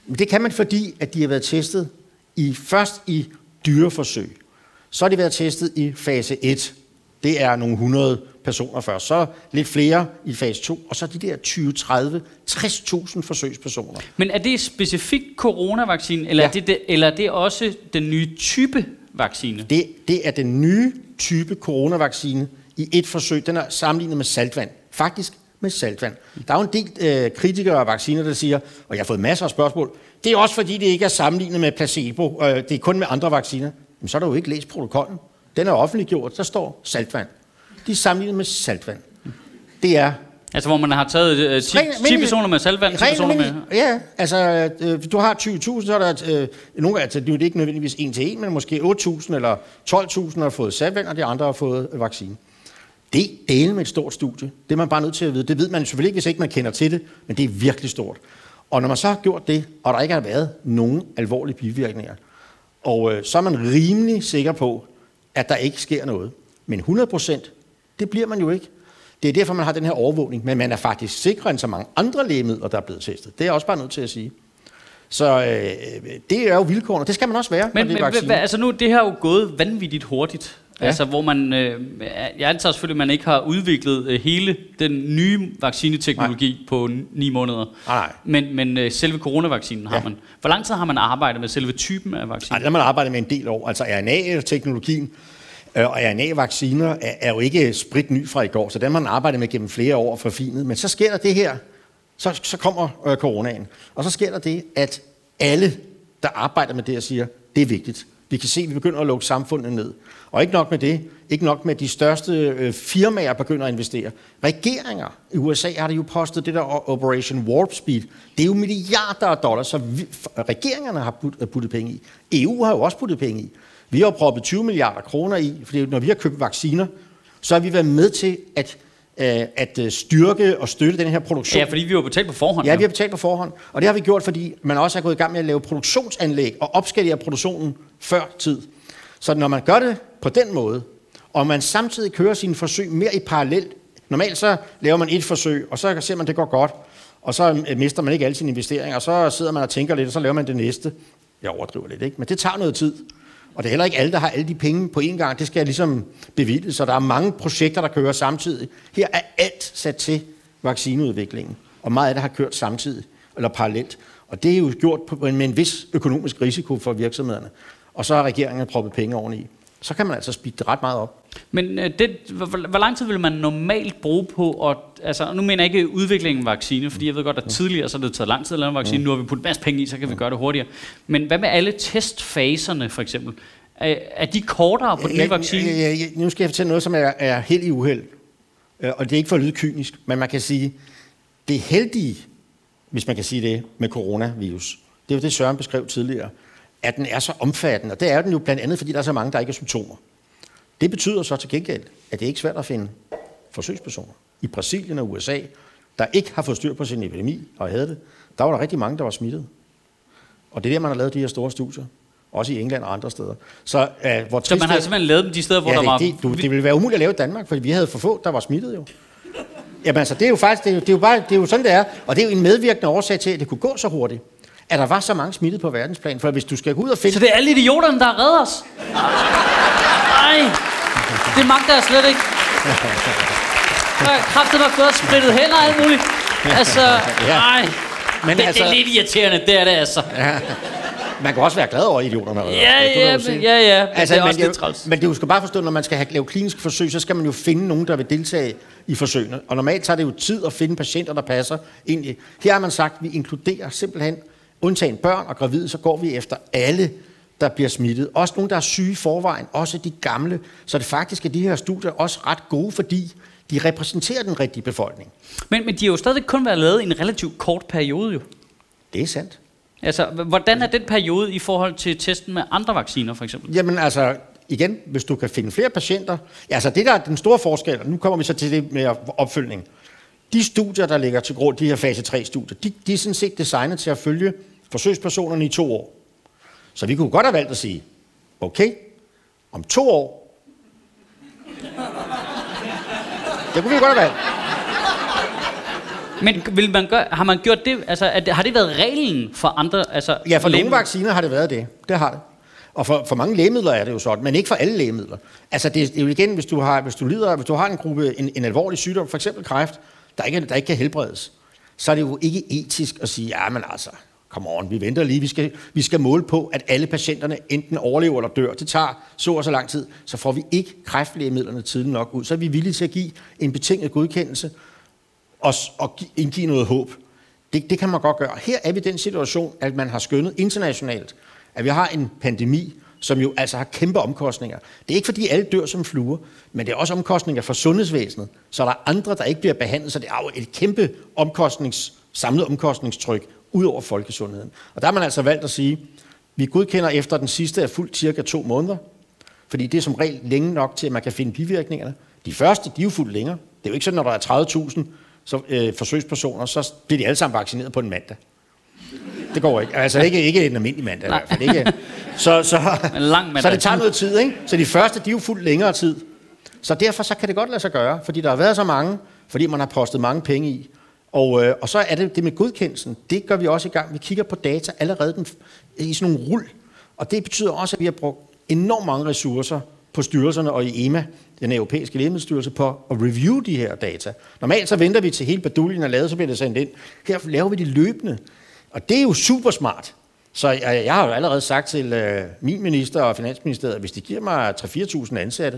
Det kan man, fordi at de har været testet i, først i dyreforsøg. Så har de været testet i fase et. Det er nogle hundrede personer først. Så lidt flere i fase to. Og så de der tyve, tredive, tres tusind forsøgspersoner. Men er det specifikt coronavaccinen, eller, ja. er det det, eller er det også den nye type vaccine? Det, det er den nye type coronavaccine i et forsøg. Den er sammenlignet med saltvand. Faktisk med saltvand. Der er jo en del øh, kritikere af vacciner, der siger, og jeg har fået masser af spørgsmål, det er også fordi, det ikke er sammenlignet med placebo. Øh, det er kun med andre vacciner. Men så har du jo ikke læst protokollen. Den er offentliggjort. Der står saltvand. De er sammenlignet med saltvand. Det er... Altså, hvor man har taget øh, ti, ti personer med saltvand, ti personer med... Ja, altså, øh, du har tyve tusind, så er der... Øh, nogle, altså, det er ikke nødvendigvis en til en, men måske otte tusind eller tolv tusind har fået saltvand, og de andre har fået øh, vaccine. Det deler med et stort studie. Det er man bare nødt til at vide. Det ved man selvfølgelig ikke, hvis ikke man kender til det, men det er virkelig stort. Og når man så har gjort det, og der ikke har været nogen alvorlige bivirkninger, og øh, så er man rimelig sikker på, at der ikke sker noget. Men hundrede procent, det bliver man jo ikke. Det er derfor, man har den her overvågning, men man er faktisk sikrere end så mange andre lægemidler, der er blevet testet. Det er jeg også bare nødt til at sige. Så øh, det er jo vilkårene, og det skal man også være. Men, men hva, altså nu, det her er jo gået vanvittigt hurtigt. Ja. Altså hvor man, øh, jeg antager selvfølgelig, at man ikke har udviklet øh, hele den nye vaccineteknologi nej. på ni måneder. Nej. Men, men øh, selve coronavaccinen har ja. man. Hvor lang tid har man arbejdet med selve typen af vaccinen? Nej, der har man arbejdet med en del år. Altså R N A-teknologien øh, og R N A-vacciner er, er jo ikke sprit ny fra i går, så den har man arbejdet med gennem flere år for finet. Men så sker der det her, så, så kommer øh, coronaen, og så sker der det, at alle, der arbejder med det her, siger, det er vigtigt. Vi kan se, at vi begynder at lukke samfundet ned. Og ikke nok med det, ikke nok med de største øh, firmaer begynder at investere. Regeringer i U S A har det jo postet det der Operation Warp Speed. Det er jo milliarder af dollars, så vi, regeringerne har puttet, puttet penge i. E U har jo også puttet penge i. Vi har proppet tyve milliarder kroner i, fordi når vi har købt vacciner, så har vi været med til at, øh, at styrke og støtte den her produktion. Ja, fordi vi har betalt på forhånd. Ja, jo. vi har betalt på forhånd. Og det har vi gjort, fordi man også er gået i gang med at lave produktionsanlæg og opskalere produktionen før tid. Så når man gør det på den måde, og man samtidig kører sine forsøg mere i parallelt, normalt så laver man et forsøg, og så ser man, at det går godt, og så mister man ikke alle sine investeringer, og så sidder man og tænker lidt, og så laver man det næste. Jeg overdriver lidt, ikke? Men det tager noget tid. Og det er heller ikke alle, der har alle de penge på én gang. Det skal ligesom bevilges, så der er mange projekter, der kører samtidig. Her er alt sat til vaccineudviklingen, og meget af det har kørt samtidig, eller parallelt. Og det er jo gjort med en vis økonomisk risiko for virksomhederne. Og så har regeringen proppet penge oveni. Så kan man altså speede det ret meget op. Men det, hvor, hvor lang tid vil man normalt bruge på at... Altså, nu mener jeg ikke udviklingen af vaccine, fordi jeg ved godt, at tidligere så har det taget lang tid at lave en vaccine. Mm. Nu har vi puttet en masse penge i, så kan vi gøre det hurtigere. Men hvad med alle testfaserne, for eksempel? Er, er de kortere på den nye vaccine? Ja, ja, ja, nu skal jeg fortælle noget, som er, er held i uheld. Og det er ikke for at lyde kynisk, men man kan sige, det heldige, hvis man kan sige det, med coronavirus, det er jo det, Søren beskrev tidligere, at den er så omfattende, og det er den jo blandt andet, fordi der er så mange, der ikke er symptomer. Det betyder så til gengæld, at det er ikke svært at finde forsøgspersoner. I Brasilien og U S A, der ikke har fået styr på sin epidemi og havde det, der var der rigtig mange, der var smittet. Og det er der, man har lavet de her store studier. Også i England og andre steder. Så, uh, hvor så man har simpelthen lavet dem de steder, hvor ja, der det, var... Det, du, det ville være umuligt at lave i Danmark, fordi vi havde for få, der var smittet jo. Jamen altså, det er jo faktisk, det er jo, det er jo bare, det er jo sådan, det er. Og det er jo en medvirkende årsag til, at det kunne gå så hurtigt. At der var så mange smittet på verdensplan, for hvis du skal gå ud og finde... Så det er alle idioterne, der har reddet os? Nej, det magter jeg slet ikke. Jeg har kraftigt nok gået og splittet hænder og alt muligt. Altså, nej. Men det, altså, det er lidt irriterende, det er det altså. Ja. Man kan også være glad over idioterne. Ja, ja, ja, ja, ja. Altså, det er men, også lidt træls. Men du skal bare forstå, når man skal have lave kliniske forsøg, så skal man jo finde nogen, der vil deltage i forsøgene. Og normalt tager det jo tid at finde patienter, der passer ind i. Her har man sagt, at vi inkluderer simpelthen, undtagen børn og gravide, så går vi efter alle, der bliver smittet. Også nogen, der er syge i forvejen, også de gamle. Så det faktisk er de her studier også ret gode, fordi de repræsenterer den rigtige befolkning. Men, men de har jo stadig kun været lavet i en relativt kort periode jo. Det er sandt. Altså, hvordan er den periode i forhold til testen med andre vacciner, for eksempel? Jamen altså, igen, hvis du kan finde flere patienter... Altså, det der er den store forskel, og nu kommer vi så til det med opfølgning. De studier, der ligger til grund, de her fase tre-studier, de, de er sådan set designet til at følge forsøgspersonerne i to år. Så vi kunne godt have valgt at sige, okay, om to år... Det kunne vi godt have valgt. Men vil man gøre, har man gjort det, altså det, har det været reglen for andre? Altså, ja, for lægemidler? nogle vacciner har det været det. Det har det. Og for, for mange lægemidler er det jo sådan, men ikke for alle lægemidler. Altså det, det er jo igen, hvis du har, hvis du lider, hvis du har en gruppe, en, en alvorlig sygdom, for eksempel kræft, der ikke, der ikke kan helbredes, så er det jo ikke etisk at sige, ja, men altså, come on, vi venter lige, vi skal, vi skal måle på, at alle patienterne enten overlever eller dør. Det tager så og så lang tid, så får vi ikke kræftlægemidlerne tidligt nok ud. Så er vi villige til at give en betinget godkendelse og, og indgive noget håb. Det, det kan man godt gøre. Her er vi i den situation, at man har skønnet internationalt, at vi har en pandemi, som jo altså har kæmpe omkostninger. Det er ikke fordi alle dør som fluer, men det er også omkostninger for sundhedsvæsenet, så der er andre, der ikke bliver behandlet, så det er jo et kæmpe omkostnings, samlet omkostningstryk ud over folkesundheden. Og der har man altså valgt at sige, vi godkender efter den sidste er fuldt cirka to måneder, fordi det er som regel længe nok til, at man kan finde bivirkningerne. De første, de er jo fuldt længere. Det er jo ikke sådan, når der er tredive tusind så, øh, forsøgspersoner, så bliver de alle sammen vaccineret på en mandag. Det går ikke. Altså ikke, ikke en almindelig mandag i hvert fald. Ikke. Så, så, så det tager noget tid, ikke? Så de første, de er jo fuldt længere tid. Så derfor så kan det godt lade sig gøre, fordi der har været så mange, fordi man har postet mange penge i. Og, øh, og så er det det med godkendelsen. Det gør vi også i gang. Vi kigger på data allerede den, i sådan nogle rul. Og det betyder også, at vi har brugt enormt mange ressourcer på styrelserne og i E M A, den europæiske lægemiddelstyrelse, på at review de her data. Normalt så venter vi til hele baduljen er lavet, så bliver det sendt ind. Her laver vi det løbende. Og det er jo super smart. Så jeg, jeg har jo allerede sagt til øh, min minister og finansministeriet, at hvis de giver mig tre til fire tusind ansatte,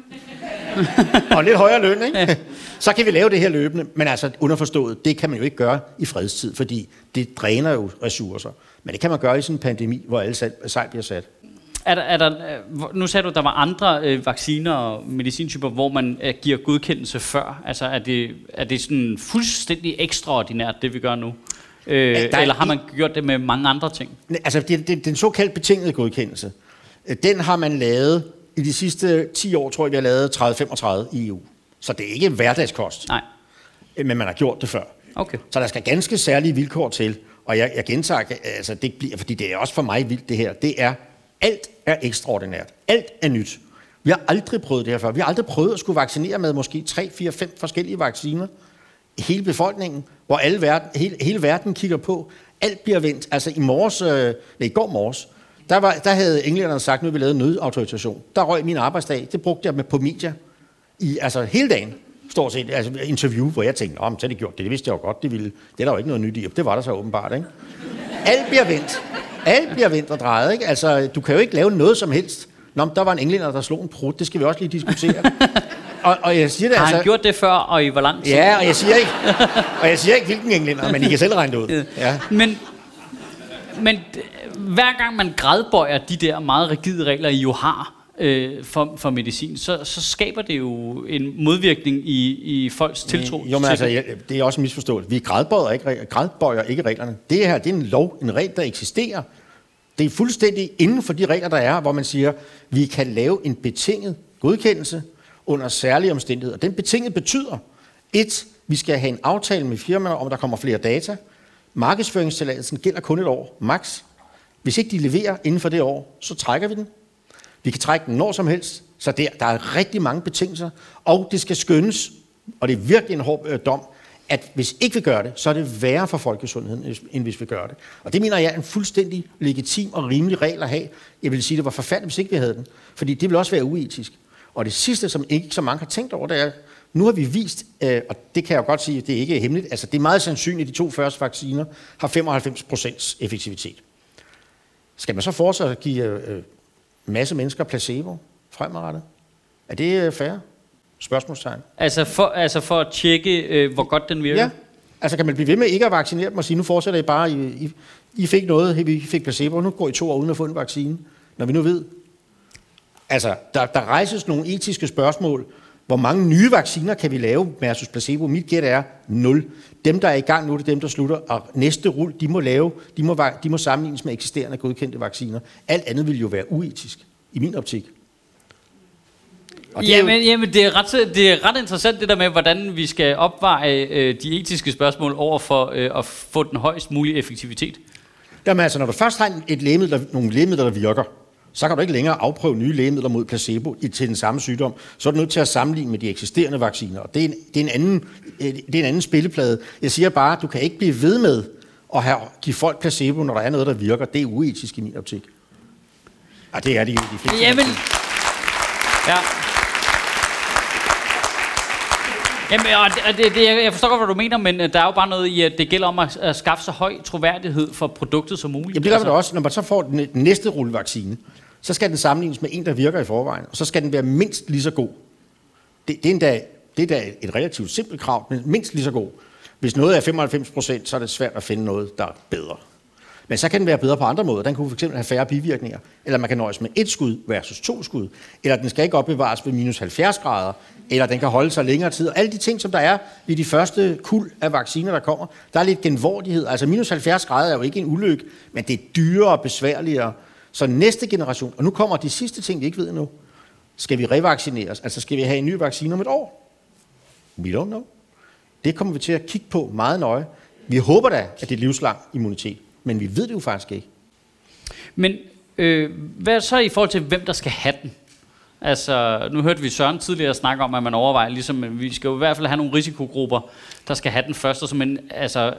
og lidt højere løn, ikke? Så kan vi lave det her løbende. Men altså underforstået, det kan man jo ikke gøre i fredstid, fordi det dræner jo ressourcer. Men det kan man gøre i sådan en pandemi, hvor alle sejl bliver sat. Er der, er der, nu sagde du, at der var andre øh, vacciner og medicintyper, hvor man øh, giver godkendelse før. Altså er det, er det sådan fuldstændig ekstraordinært, det vi gør nu? Øh, ja, eller har man gjort det med mange andre ting? Altså det, det, den såkaldt betingede godkendelse, den har man lavet i de sidste ti år, tror jeg, vi har lavet tredive til femogtredive i E U. Så det er ikke hverdagskost. Nej. Men man har gjort det før. Okay. Så der skal ganske særlige vilkår til. Og jeg, jeg gentager, altså det bliver, fordi det er også for mig vildt det her, det er, alt er ekstraordinært. Alt er nyt. Vi har aldrig prøvet det her før. Vi har aldrig prøvet at skulle vaccinere med måske tre, fire, fem forskellige vacciner. Hele befolkningen, hvor alle verden, hele, hele verden kigger på. Alt bliver vendt. Altså i morges, øh, nej, i går morges, der, var, der havde englænderne sagt, nu har vi lavet en nødautorisation. Der røg min arbejdsdag. Det brugte jeg med på media. I, altså hele dagen, stort set, altså interview, hvor jeg tænkte, om så har de gjort det. Det vidste jeg jo godt, det ville. Det er der jo ikke noget nyt i. Det var der så åbenbart, ikke? Alt bliver vendt. Alt bliver vendt og drejet, ikke? Altså, du kan jo ikke lave noget som helst. Nå, der var en englænder, der slog en prut. Det skal vi også lige diskutere. Og, og jeg siger det, har altså, han gjort det før, og i hvor lang tid? Ja, og jeg siger ikke, og jeg siger ikke hvilken englænder, men I kan selv regne det ud. Ja. Men, men hver gang man gradbøjer de der meget rigide regler, I jo har øh, for, for medicin, så, så skaber det jo en modvirkning i, i folks tiltro. Jo, men altså, jeg, det er også misforstået. Vi gradbøjer ikke, gradbøjer ikke reglerne. Det her, det er en lov, en regel, der eksisterer. Det er fuldstændig inden for de regler, der er, hvor man siger, vi kan lave en betinget godkendelse under særlige omstændigheder. Den betinget betyder, et, vi skal have en aftale med firmaer om, der kommer flere data. Markedsføringstilladelsen gælder kun et år, max. Hvis ikke de leverer inden for det år, så trækker vi den. Vi kan trække den når som helst, så der, der er rigtig mange betingelser, og det skal skønnes, og det er virkelig en hård øh, dom, at hvis ikke vi gør det, så er det værre for folkesundheden, end hvis vi gør det. Og det mener jeg er en fuldstændig legitim og rimelig regel at have. Jeg vil sige, det var forfærdeligt, hvis ikke vi havde den, fordi det vil også være uetisk. Og det sidste, som ikke så mange har tænkt over, det er, nu har vi vist, øh, og det kan jeg jo godt sige, det er ikke hemmeligt, altså det er meget sandsynligt, at de to første vacciner har femoghalvfems procent effektivitet. Skal man så fortsætte at give øh, masse mennesker placebo fremadrettet? Er det øh, fair? Spørgsmålstegn. Altså for, altså for at tjekke, øh, hvor godt den virker? Ja, altså kan man blive ved med ikke at vaccinere dem og sige, nu fortsætter I bare, I, I, I fik noget, vi fik placebo, nu går I to år uden at få en vaccine, når vi nu ved. Altså, der, der rejses nogle etiske spørgsmål. Hvor mange nye vacciner kan vi lave versus placebo? Mit gæt er nul. Dem, der er i gang nu, det er dem, der slutter. Og næste rul, de må lave, de må, de må sammenlignes med eksisterende godkendte vacciner. Alt andet vil jo være uetisk, i min optik. Det jamen, jo... jamen det, er ret, det er ret interessant det der med, hvordan vi skal opveje øh, de etiske spørgsmål over for øh, at få den højst mulige effektivitet. Jamen altså, når du først har et lægemiddel, nogle lægemidler, der virker, så kan du ikke længere afprøve nye lægemidler mod placebo til den samme sygdom. Så er du nødt til at sammenligne med de eksisterende vacciner. Og det er en, det er en, anden, det er en anden spilleplade. Jeg siger bare, at du kan ikke blive ved med at have, give folk placebo, når der er noget, der virker. Det er uetisk i min optik. Og det er de, de fleste. Jamen, ja. Jamen, og det, det, jeg forstår godt, hvad du mener, men der er jo bare noget i, at det gælder om at, at skaffe så høj troværdighed for produktet som muligt. Jamen, det gør altså. Det også. Når man så får den næste rulle vaccine, så skal den sammenlignes med en, der virker i forvejen, og så skal den være mindst lige så god. Det, det, er, endda, det er da et relativt simpelt krav, men mindst lige så god. Hvis noget er femoghalvfems procent, så er det svært at finde noget, der er bedre. Men så kan den være bedre på andre måder. Den kunne fx have færre bivirkninger. Eller man kan nøjes med et skud versus to skud. Eller den skal ikke opbevares ved minus halvfjerds grader. Eller den kan holde sig længere tid. Og alle de ting, som der er ved de første kuld af vacciner, der kommer, der er lidt genvordighed. Altså minus halvfjerds grader er jo ikke en ulykke, men det er dyrere og besværligere. Så næste generation, og nu kommer de sidste ting, vi ikke ved endnu. Skal vi revaccineres? Altså skal vi have en ny vaccine om et år? We don't know. Det kommer vi til at kigge på meget nøje. Vi håber da, at det er livslang immunitet. Men vi ved det jo faktisk ikke. Men øh, hvad så i forhold til, hvem der skal have den? Altså, nu hørte vi Søren tidligere snakke om, at man overvejer, ligesom, vi skal jo i hvert fald have nogle risikogrupper, der skal have den først. Så, men altså,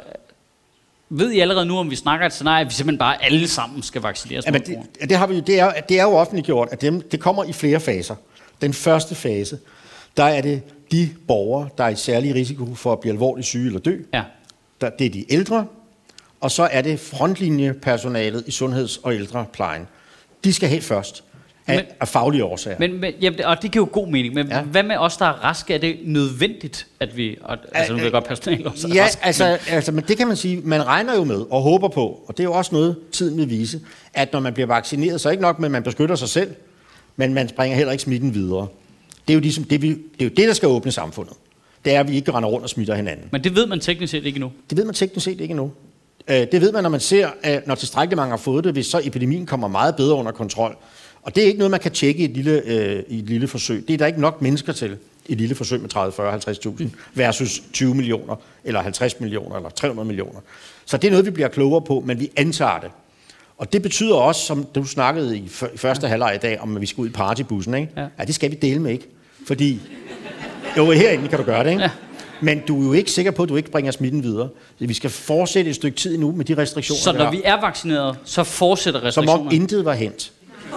ved I allerede nu, om vi snakker et scenarie, at vi simpelthen bare alle sammen skal vaccineres? Ja, men det, det, har vi, det, er, det er jo offentliggjort, at det, det kommer i flere faser. Den første fase, der er det de borgere, der er i særlig risiko for at blive alvorligt syge eller dø. Ja. Der, det er de ældre. Og så er det frontlinjepersonalet i sundheds- og ældreplejen. De skal have først, af, men, af faglige årsager. Men, men, jamen, og det giver jo god mening, men ja. Hvad med os, der er raske? Er det nødvendigt, at vi... Og, altså, nu vil jeg godt personale også ja, raske, altså, men. altså, men det kan man sige, man regner jo med og håber på, og det er jo også noget, tiden vil vise, at når man bliver vaccineret, så er ikke nok med, at man beskytter sig selv, men man springer heller ikke smitten videre. Det er jo, ligesom, det, vi, det, er jo det, der skal åbne samfundet. Det er, at vi ikke render rundt og smitter hinanden. Men det ved man teknisk set ikke endnu? Det ved man teknisk set ikke endnu. Det ved man, når man ser, at når tilstrækkeligt mange har fået det, hvis så epidemien kommer meget bedre under kontrol. Og det er ikke noget, man kan tjekke i et lille, øh, i et lille forsøg. Det er der ikke nok mennesker til i et lille forsøg med tredive, fyrre, halvtreds tusind versus tyve millioner, eller halvtreds millioner, eller tre hundrede millioner. Så det er noget, vi bliver klogere på, men vi antager det. Og det betyder også, som du snakkede i første halvleg i dag, om at vi skal ud i partybussen, ikke? Ja. Ja, det skal vi dele med, ikke? Fordi, jo, herinde kan du gøre det, ikke? Ja. Men du er jo ikke sikker på, at du ikke bringer smitten videre. Vi skal fortsætte et stykke tid nu med de restriktioner. Så når vi er vaccineret, så fortsætter restriktionerne? Som om intet var hent.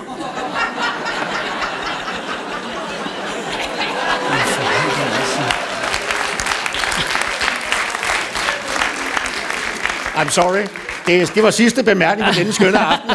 I'm sorry. Det, det var sidste bemærkning på denne skønne aften.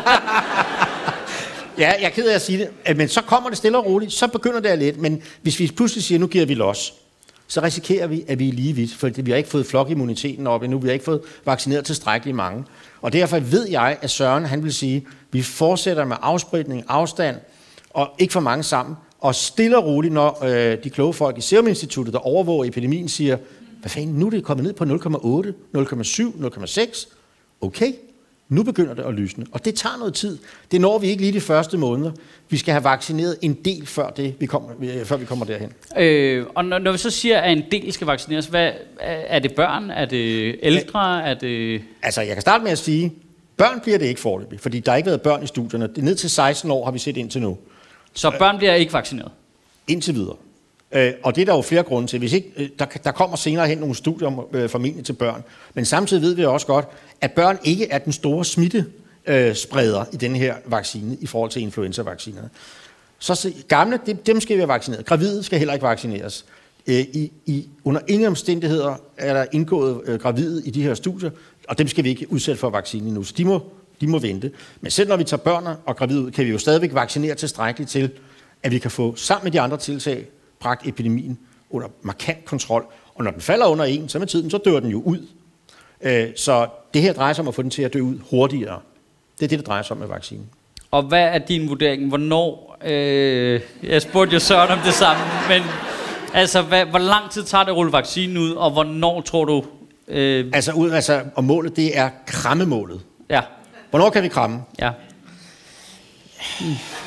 Ja, jeg er ked af at sige det. Men så kommer det stille og roligt. Så begynder det at lidt. Men hvis vi pludselig siger, nu giver vi los, så risikerer vi, at vi er lige vidt, for vi har ikke fået flokimmuniteten op endnu, vi har ikke fået vaccineret tilstrækkeligt mange. Og derfor ved jeg, at Søren han vil sige, at vi fortsætter med afspritning, afstand, og ikke for mange sammen, og stille og roligt, når øh, de kloge folk i Serum Instituttet, der overvåger epidemien, siger, hvad fanden, nu er det kommet ned på nul komma otte, nul komma syv, nul komma seks. Okay, nu begynder det at lysne, og det tager noget tid. Det når vi ikke lige de første måneder. Vi skal have vaccineret en del, før, det, vi, kommer, før vi kommer derhen. Øh, og når, når vi så siger, at en del skal vaccineres, hvad, er det børn? Er det ældre? Er det... Altså, jeg kan starte med at sige, børn bliver det ikke foreløbig, fordi der har ikke været børn i studierne. Det er ned til seksten år, har vi set indtil nu. Så børn bliver ikke vaccineret? Indtil videre. Øh, og det er der jo flere grunde til. Hvis ikke, øh, der, der kommer senere hen nogle studier øh, formentlig til børn. Men samtidig ved vi også godt, at børn ikke er den store smittespreder øh, i den her vaccine i forhold til influenza-vaccinerne. Så gamle, dem, dem skal vi have vaccineret. Gravide skal heller ikke vaccineres. Øh, i, i, under ingen omstændigheder er der indgået øh, gravide i de her studier, og dem skal vi ikke udsætte for vaccinen endnu. Så de må, de må vente. Men selv når vi tager børn og gravide ud, kan vi jo stadigvæk vaccinere tilstrækkeligt til, at vi kan få sammen med de andre tiltag bragt epidemien under markant kontrol. Og når den falder under en, så med tiden, så dør den jo ud. Så det her drejer sig om at få den til at dø ud hurtigere. Det er det, det drejer sig om med vaccinen. Og hvad er din vurdering? Hvornår... Øh, jeg spurgte jo Søren om det samme, men altså, hvad, hvor lang tid tager det at rulle vaccinen ud, og hvornår tror du... Øh... Altså, ud, altså, og målet, det er krammemålet. Ja. Hvornår kan vi kramme? Ja. Hmm.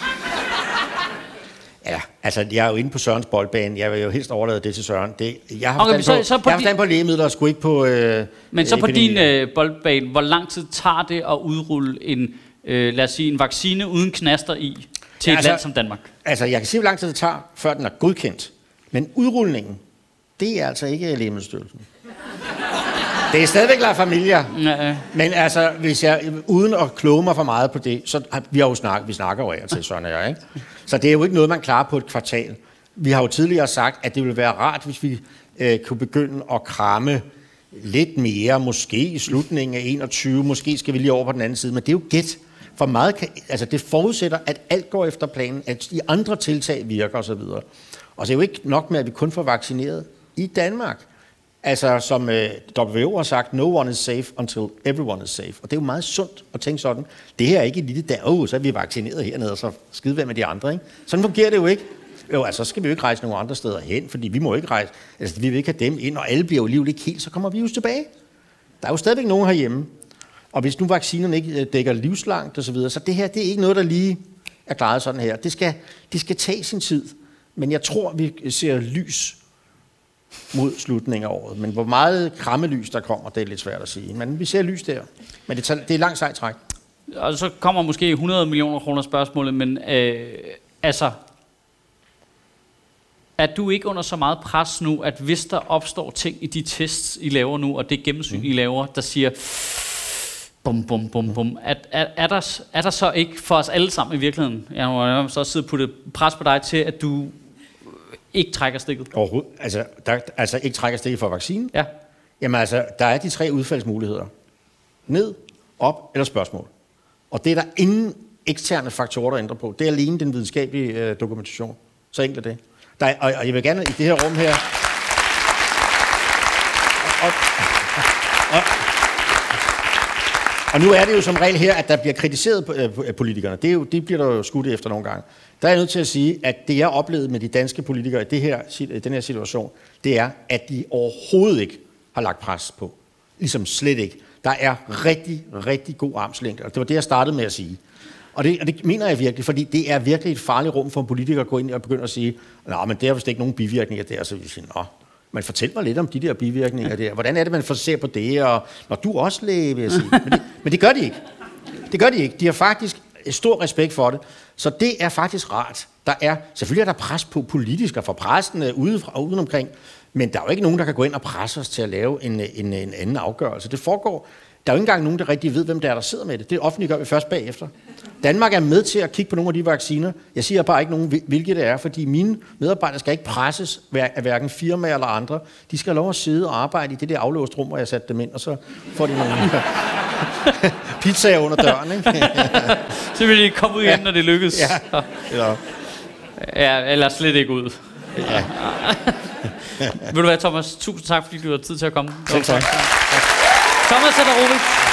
Ja, altså jeg er jo inde på Sørens boldbane. Jeg vil jo helst overlade det til Søren. Det, jeg har okay, forstand så, på, på, jeg har på lægemidler og sgu ikke på... Øh, men så epidemier. på din øh, boldbane, hvor lang tid tager det at udrulle en øh, lad os sige, en vaccine uden knaster i til ja, et altså, land som Danmark? Altså, jeg kan sige, hvor lang tid det tager, før den er godkendt. Men udrulningen, det er altså ikke Lægemiddelstyrelsen. Det er stadigvæk La Familia. Ja. Men altså, hvis jeg, uden at kloge mig for meget på det, så vi har jo snakket, vi snakker jo af til Søren og jeg, ikke? Så det er jo ikke noget, man klarer på et kvartal. Vi har jo tidligere sagt, at det ville være rart, hvis vi øh, kunne begynde at kramme lidt mere, måske i slutningen af enogtyve, måske skal vi lige over på den anden side, men det er jo gæt. For meget kan, altså det forudsætter, at alt går efter planen, at de andre tiltag virker osv. Og så er jo ikke nok med, at vi kun får vaccineret i Danmark. Altså, som øh, W H O har sagt, no one is safe until everyone is safe. Og det er jo meget sundt at tænke sådan. Det her er ikke et lille der, åh, oh, så er vi vaccineret hernede, og så skide hvad med de andre, ikke? Sådan fungerer det jo ikke. Jo, altså, så skal vi jo ikke rejse nogen andre steder hen, fordi vi må ikke rejse, altså, vi vil ikke have dem ind, og alle bliver jo alligevel ikke helt, så kommer virus tilbage. Der er jo stadigvæk nogen herhjemme. Og hvis nu vaccinerne ikke dækker livslangt og så videre, så det her, det er ikke noget, der lige er klaret sådan her. Det skal, det skal tage sin tid. Men jeg tror, vi ser lys mod slutningen af året. Men hvor meget krammelys der kommer, det er lidt svært at sige. Men vi ser lys der. Men det, tager, det er langt sejt træk. Og så kommer måske hundrede millioner kroner spørgsmålet, men øh, altså, er du ikke under så meget pres nu, at hvis der opstår ting i de tests, I laver nu, og det gennemsyn, mm. I laver, der siger bum, bum, bum, bum, er, er, er, der, er der så ikke for os alle sammen i virkeligheden, jeg må så sidde og putte pres på dig til, at du ikke trækker stikket? Overhovedet. Altså, der, altså ikke trækker stikket for vaccinen? Ja. Jamen altså, der er de tre udfaldsmuligheder. Ned, op eller spørgsmål. Og det er der ingen eksterne faktorer, der ændrer på. Det er alene den videnskabelige øh, dokumentation. Så enkelt er det. Der er, og, og jeg vil gerne i det her rum her... Og, og, og, og nu er det jo som regel her, at der bliver kritiseret af politikerne. Det, er jo, det bliver der jo skudt efter nogle gange. Der er jeg nødt til at sige, at det jeg oplevede med de danske politikere i det her, den her situation, det er, at de overhovedet ikke har lagt pres på. Ligesom slet ikke. Der er rigtig, rigtig god armslængde, og det var det, jeg startede med at sige. Og det, og det mener jeg virkelig, fordi det er virkelig et farligt rum for en politiker at gå ind og begynde at sige, nej, men der er vist ikke nogen bivirkninger der, så vi siger, nå, men fortæl mig lidt om de der bivirkninger der. Hvordan er det, man får se på det, og når du også læge, vil jeg sige. Men det, men det gør de ikke. Det gør de ikke. De har faktisk stor respekt for det, så det er faktisk rart. Der er, selvfølgelig er der pres på politisk og for pressen udefra og udenomkring, men der er jo ikke nogen, der kan gå ind og presse os til at lave en, en, en anden afgørelse. Det foregår. Der er jo ikke engang nogen, der rigtig ved, hvem der er, der sidder med det. Det offentliggør vi først bagefter. Danmark er med til at kigge på nogle af de vacciner. Jeg siger bare ikke nogen, hvilke det er, fordi mine medarbejdere skal ikke presses af hverken firmaer eller andre. De skal have lov at sidde og arbejde i det der aflåst rum, hvor jeg satte dem ind, og så får de nogle pizzaer under døren. Ikke? Så vil de komme ud igen, ja. Når det lykkes. Ja. Eller... ja, eller slet ikke ud. Ja. Vil du være, Thomas? Tusind tak, fordi du har tid til at komme. Selv tak. Thomas Sætter Rovig.